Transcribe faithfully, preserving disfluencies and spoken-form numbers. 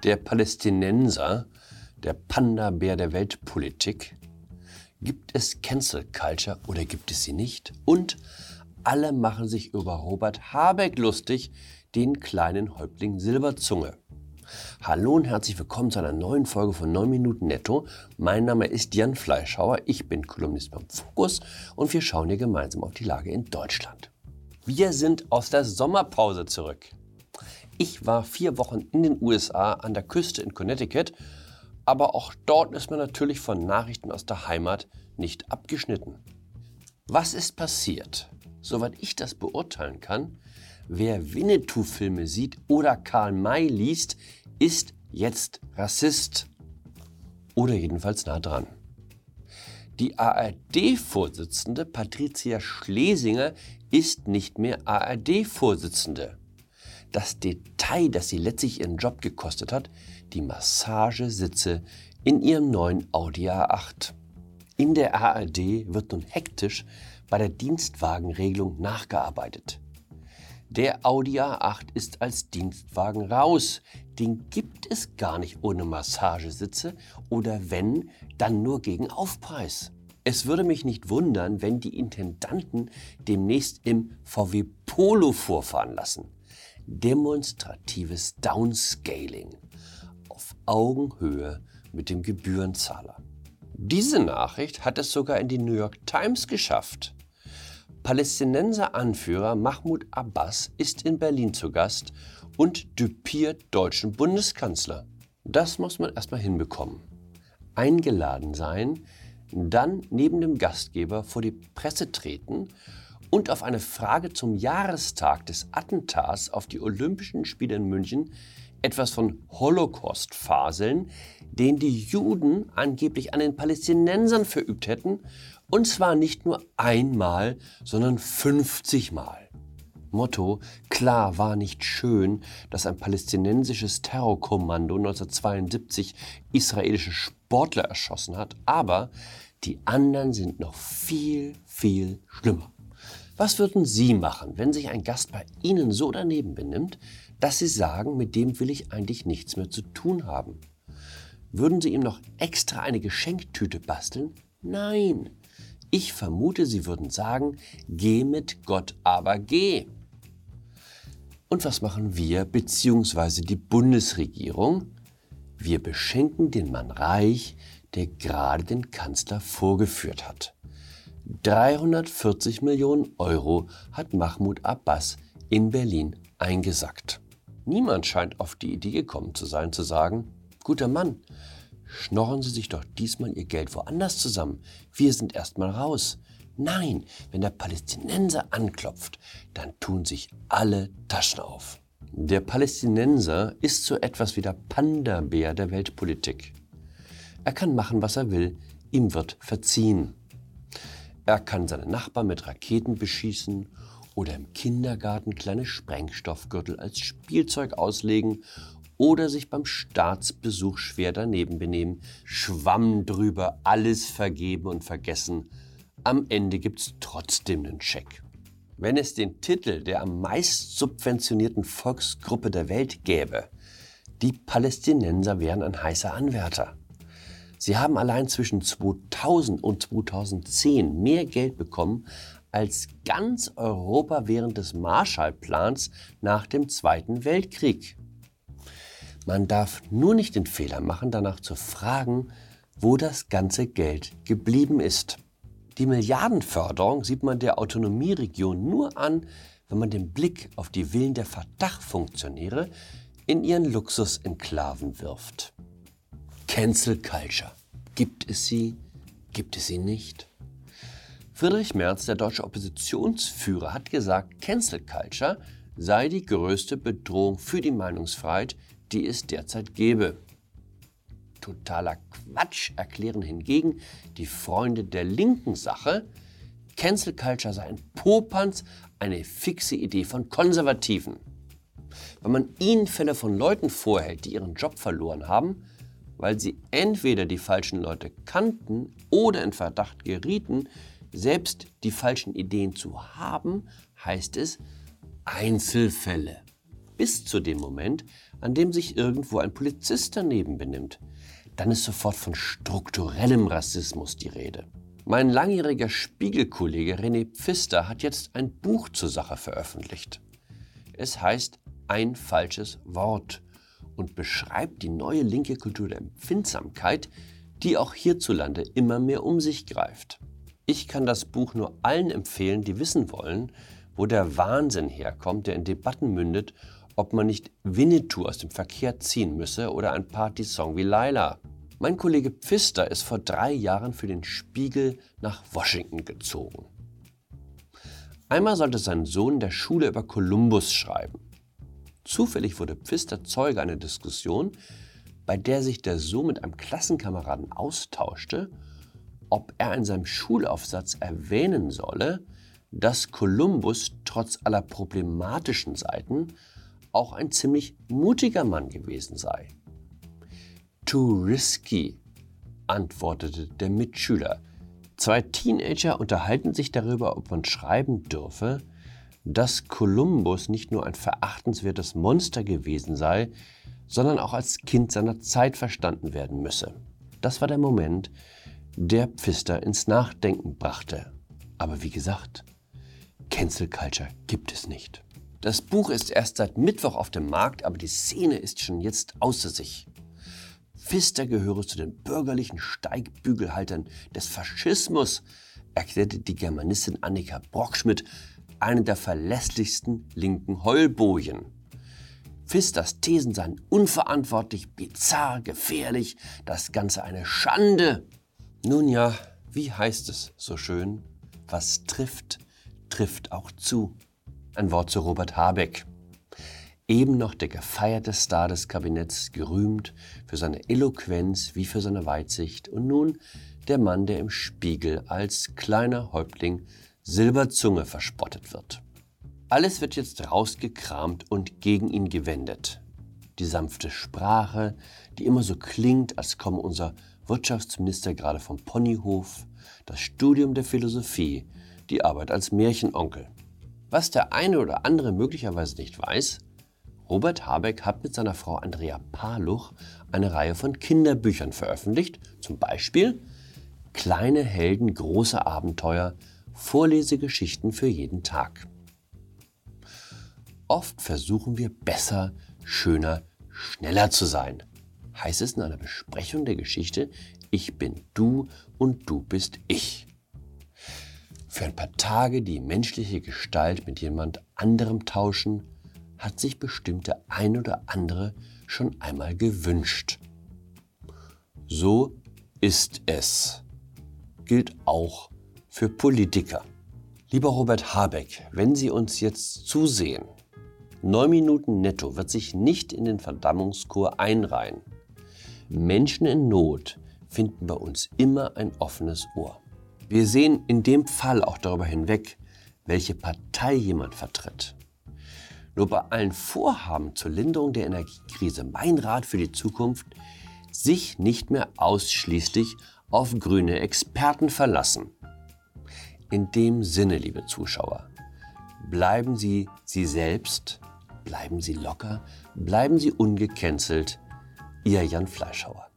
Der Palästinenser, der Panda-Bär der Weltpolitik. Gibt es Cancel Culture oder gibt es sie nicht? Und alle machen sich über Robert Habeck lustig, den kleinen Häuptling Silberzunge. Hallo und herzlich willkommen zu einer neuen Folge von neun Minuten Netto. Mein Name ist Jan Fleischhauer, ich bin Kolumnist beim Fokus und wir schauen hier gemeinsam auf die Lage in Deutschland. Wir sind aus der Sommerpause zurück. Ich war vier Wochen in den U S A an der Küste in Connecticut, aber auch dort ist man natürlich von Nachrichten aus der Heimat nicht abgeschnitten. Was ist passiert? Soweit ich das beurteilen kann, wer Winnetou-Filme sieht oder Karl May liest, ist jetzt Rassist. Oder jedenfalls nah dran. Die A R D-Vorsitzende Patricia Schlesinger ist nicht mehr A R D-Vorsitzende. Das Detail, das sie letztlich ihren Job gekostet hat, die Massagesitze in ihrem neuen Audi A acht. In der A R D wird nun hektisch bei der Dienstwagenregelung nachgearbeitet. Der Audi A acht ist als Dienstwagen raus. Den gibt es gar nicht ohne Massagesitze oder wenn, dann nur gegen Aufpreis. Es würde mich nicht wundern, wenn die Intendanten demnächst im V W Polo vorfahren lassen. Demonstratives Downscaling auf Augenhöhe mit dem Gebührenzahler. Diese Nachricht hat es sogar in die New York Times geschafft. Palästinenser-Anführer Mahmoud Abbas ist in Berlin zu Gast und düpiert deutschen Bundeskanzler. Das muss man erstmal hinbekommen. Eingeladen sein, dann neben dem Gastgeber vor die Presse treten und auf eine Frage zum Jahrestag des Attentats auf die Olympischen Spiele in München etwas von Holocaust faseln, den die Juden angeblich an den Palästinensern verübt hätten, und zwar nicht nur einmal, sondern fünfzig Mal. Motto: Klar, war nicht schön, dass ein palästinensisches Terrorkommando neunzehnhundertzweiundsiebzig israelische Sportler erschossen hat, aber die anderen sind noch viel, viel schlimmer. Was würden Sie machen, wenn sich ein Gast bei Ihnen so daneben benimmt, dass Sie sagen, mit dem will ich eigentlich nichts mehr zu tun haben? Würden Sie ihm noch extra eine Geschenktüte basteln? Nein. Ich vermute, Sie würden sagen, geh mit Gott, aber geh. Und was machen wir bzw. die Bundesregierung? Wir beschenken den Mann reich, der gerade den Kanzler vorgeführt hat. dreihundertvierzig Millionen Euro hat Mahmoud Abbas in Berlin eingesackt. Niemand scheint auf die Idee gekommen zu sein, zu sagen, guter Mann, schnorren Sie sich doch diesmal Ihr Geld woanders zusammen. Wir sind erstmal raus. Nein, wenn der Palästinenser anklopft, dann tun sich alle Taschen auf. Der Palästinenser ist so etwas wie der Panda-Bär der Weltpolitik. Er kann machen, was er will, ihm wird verziehen. Er kann seine Nachbarn mit Raketen beschießen oder im Kindergarten kleine Sprengstoffgürtel als Spielzeug auslegen oder sich beim Staatsbesuch schwer daneben benehmen, Schwamm drüber, alles vergeben und vergessen. Am Ende gibt's trotzdem einen Scheck. Wenn es den Titel der am meist subventionierten Volksgruppe der Welt gäbe, die Palästinenser wären ein heißer Anwärter. Sie haben allein zwischen zweitausend und zweitausendzehn mehr Geld bekommen als ganz Europa während des Marshallplans nach dem Zweiten Weltkrieg. Man darf nur nicht den Fehler machen, danach zu fragen, wo das ganze Geld geblieben ist. Die Milliardenförderung sieht man der Autonomieregion nur an, wenn man den Blick auf die Villen der Fatah-Funktionäre in ihren Luxusenklaven wirft. Cancel Culture. Gibt es sie? Gibt es sie nicht? Friedrich Merz, der deutsche Oppositionsführer, hat gesagt, Cancel Culture sei die größte Bedrohung für die Meinungsfreiheit, die es derzeit gäbe. Totaler Quatsch, erklären hingegen die Freunde der linken Sache, Cancel Culture sei ein Popanz, eine fixe Idee von Konservativen. Wenn man ihnen Fälle von Leuten vorhält, die ihren Job verloren haben, weil sie entweder die falschen Leute kannten oder in Verdacht gerieten, selbst die falschen Ideen zu haben, heißt es Einzelfälle. Bis zu dem Moment, an dem sich irgendwo ein Polizist daneben benimmt, dann ist sofort von strukturellem Rassismus die Rede. Mein langjähriger Spiegelkollege René Pfister hat jetzt ein Buch zur Sache veröffentlicht. Es heißt Ein falsches Wort und beschreibt die neue linke Kultur der Empfindsamkeit, die auch hierzulande immer mehr um sich greift. Ich kann das Buch nur allen empfehlen, die wissen wollen, wo der Wahnsinn herkommt, der in Debatten mündet, ob man nicht Winnetou aus dem Verkehr ziehen müsse oder ein Partysong wie Laila. Mein Kollege Pfister ist vor drei Jahren für den Spiegel nach Washington gezogen. Einmal sollte sein Sohn der Schule über Kolumbus schreiben. Zufällig wurde Pfister Zeuge einer Diskussion, bei der sich der Sohn mit einem Klassenkameraden austauschte, ob er in seinem Schulaufsatz erwähnen solle, dass Kolumbus trotz aller problematischen Seiten auch ein ziemlich mutiger Mann gewesen sei. Too risky, antwortete der Mitschüler. Zwei Teenager unterhalten sich darüber, ob man schreiben dürfe, dass Kolumbus nicht nur ein verachtenswertes Monster gewesen sei, sondern auch als Kind seiner Zeit verstanden werden müsse. Das war der Moment, der Pfister ins Nachdenken brachte. Aber wie gesagt, Cancel Culture gibt es nicht. Das Buch ist erst seit Mittwoch auf dem Markt, aber die Szene ist schon jetzt außer sich. Pfister gehöre zu den bürgerlichen Steigbügelhaltern des Faschismus, erklärte die Germanistin Annika Brockschmidt, eine der verlässlichsten linken Heulbojen. Pfisters Thesen seien unverantwortlich, bizarr, gefährlich, das Ganze eine Schande. Nun ja, wie heißt es so schön? Was trifft, trifft auch zu. Ein Wort zu Robert Habeck. Eben noch der gefeierte Star des Kabinetts, gerühmt für seine Eloquenz wie für seine Weitsicht und nun der Mann, der im Spiegel als kleiner Häuptling Silberzunge verspottet wird. Alles wird jetzt rausgekramt und gegen ihn gewendet. Die sanfte Sprache, die immer so klingt, als komme unser Wirtschaftsminister gerade vom Ponyhof, das Studium der Philosophie, die Arbeit als Märchenonkel. Was der eine oder andere möglicherweise nicht weiß, Robert Habeck hat mit seiner Frau Andrea Paluch eine Reihe von Kinderbüchern veröffentlicht, zum Beispiel Kleine Helden, große Abenteuer, Vorlesegeschichten für jeden Tag. Oft versuchen wir besser, schöner, schneller zu sein, heißt es in einer Besprechung der Geschichte Ich bin du und du bist ich. Für ein paar Tage die menschliche Gestalt mit jemand anderem tauschen, hat sich bestimmt der ein oder andere schon einmal gewünscht. So ist es. Gilt auch für Politiker. Lieber Robert Habeck, wenn Sie uns jetzt zusehen, neun Minuten netto wird sich nicht in den Verdammungschor einreihen. Menschen in Not finden bei uns immer ein offenes Ohr. Wir sehen in dem Fall auch darüber hinweg, welche Partei jemand vertritt. Nur bei allen Vorhaben zur Linderung der Energiekrise mein Rat für die Zukunft, sich nicht mehr ausschließlich auf grüne Experten verlassen. In dem Sinne, liebe Zuschauer, bleiben Sie Sie selbst, bleiben Sie locker, bleiben Sie ungecancelt. Ihr Jan Fleischhauer.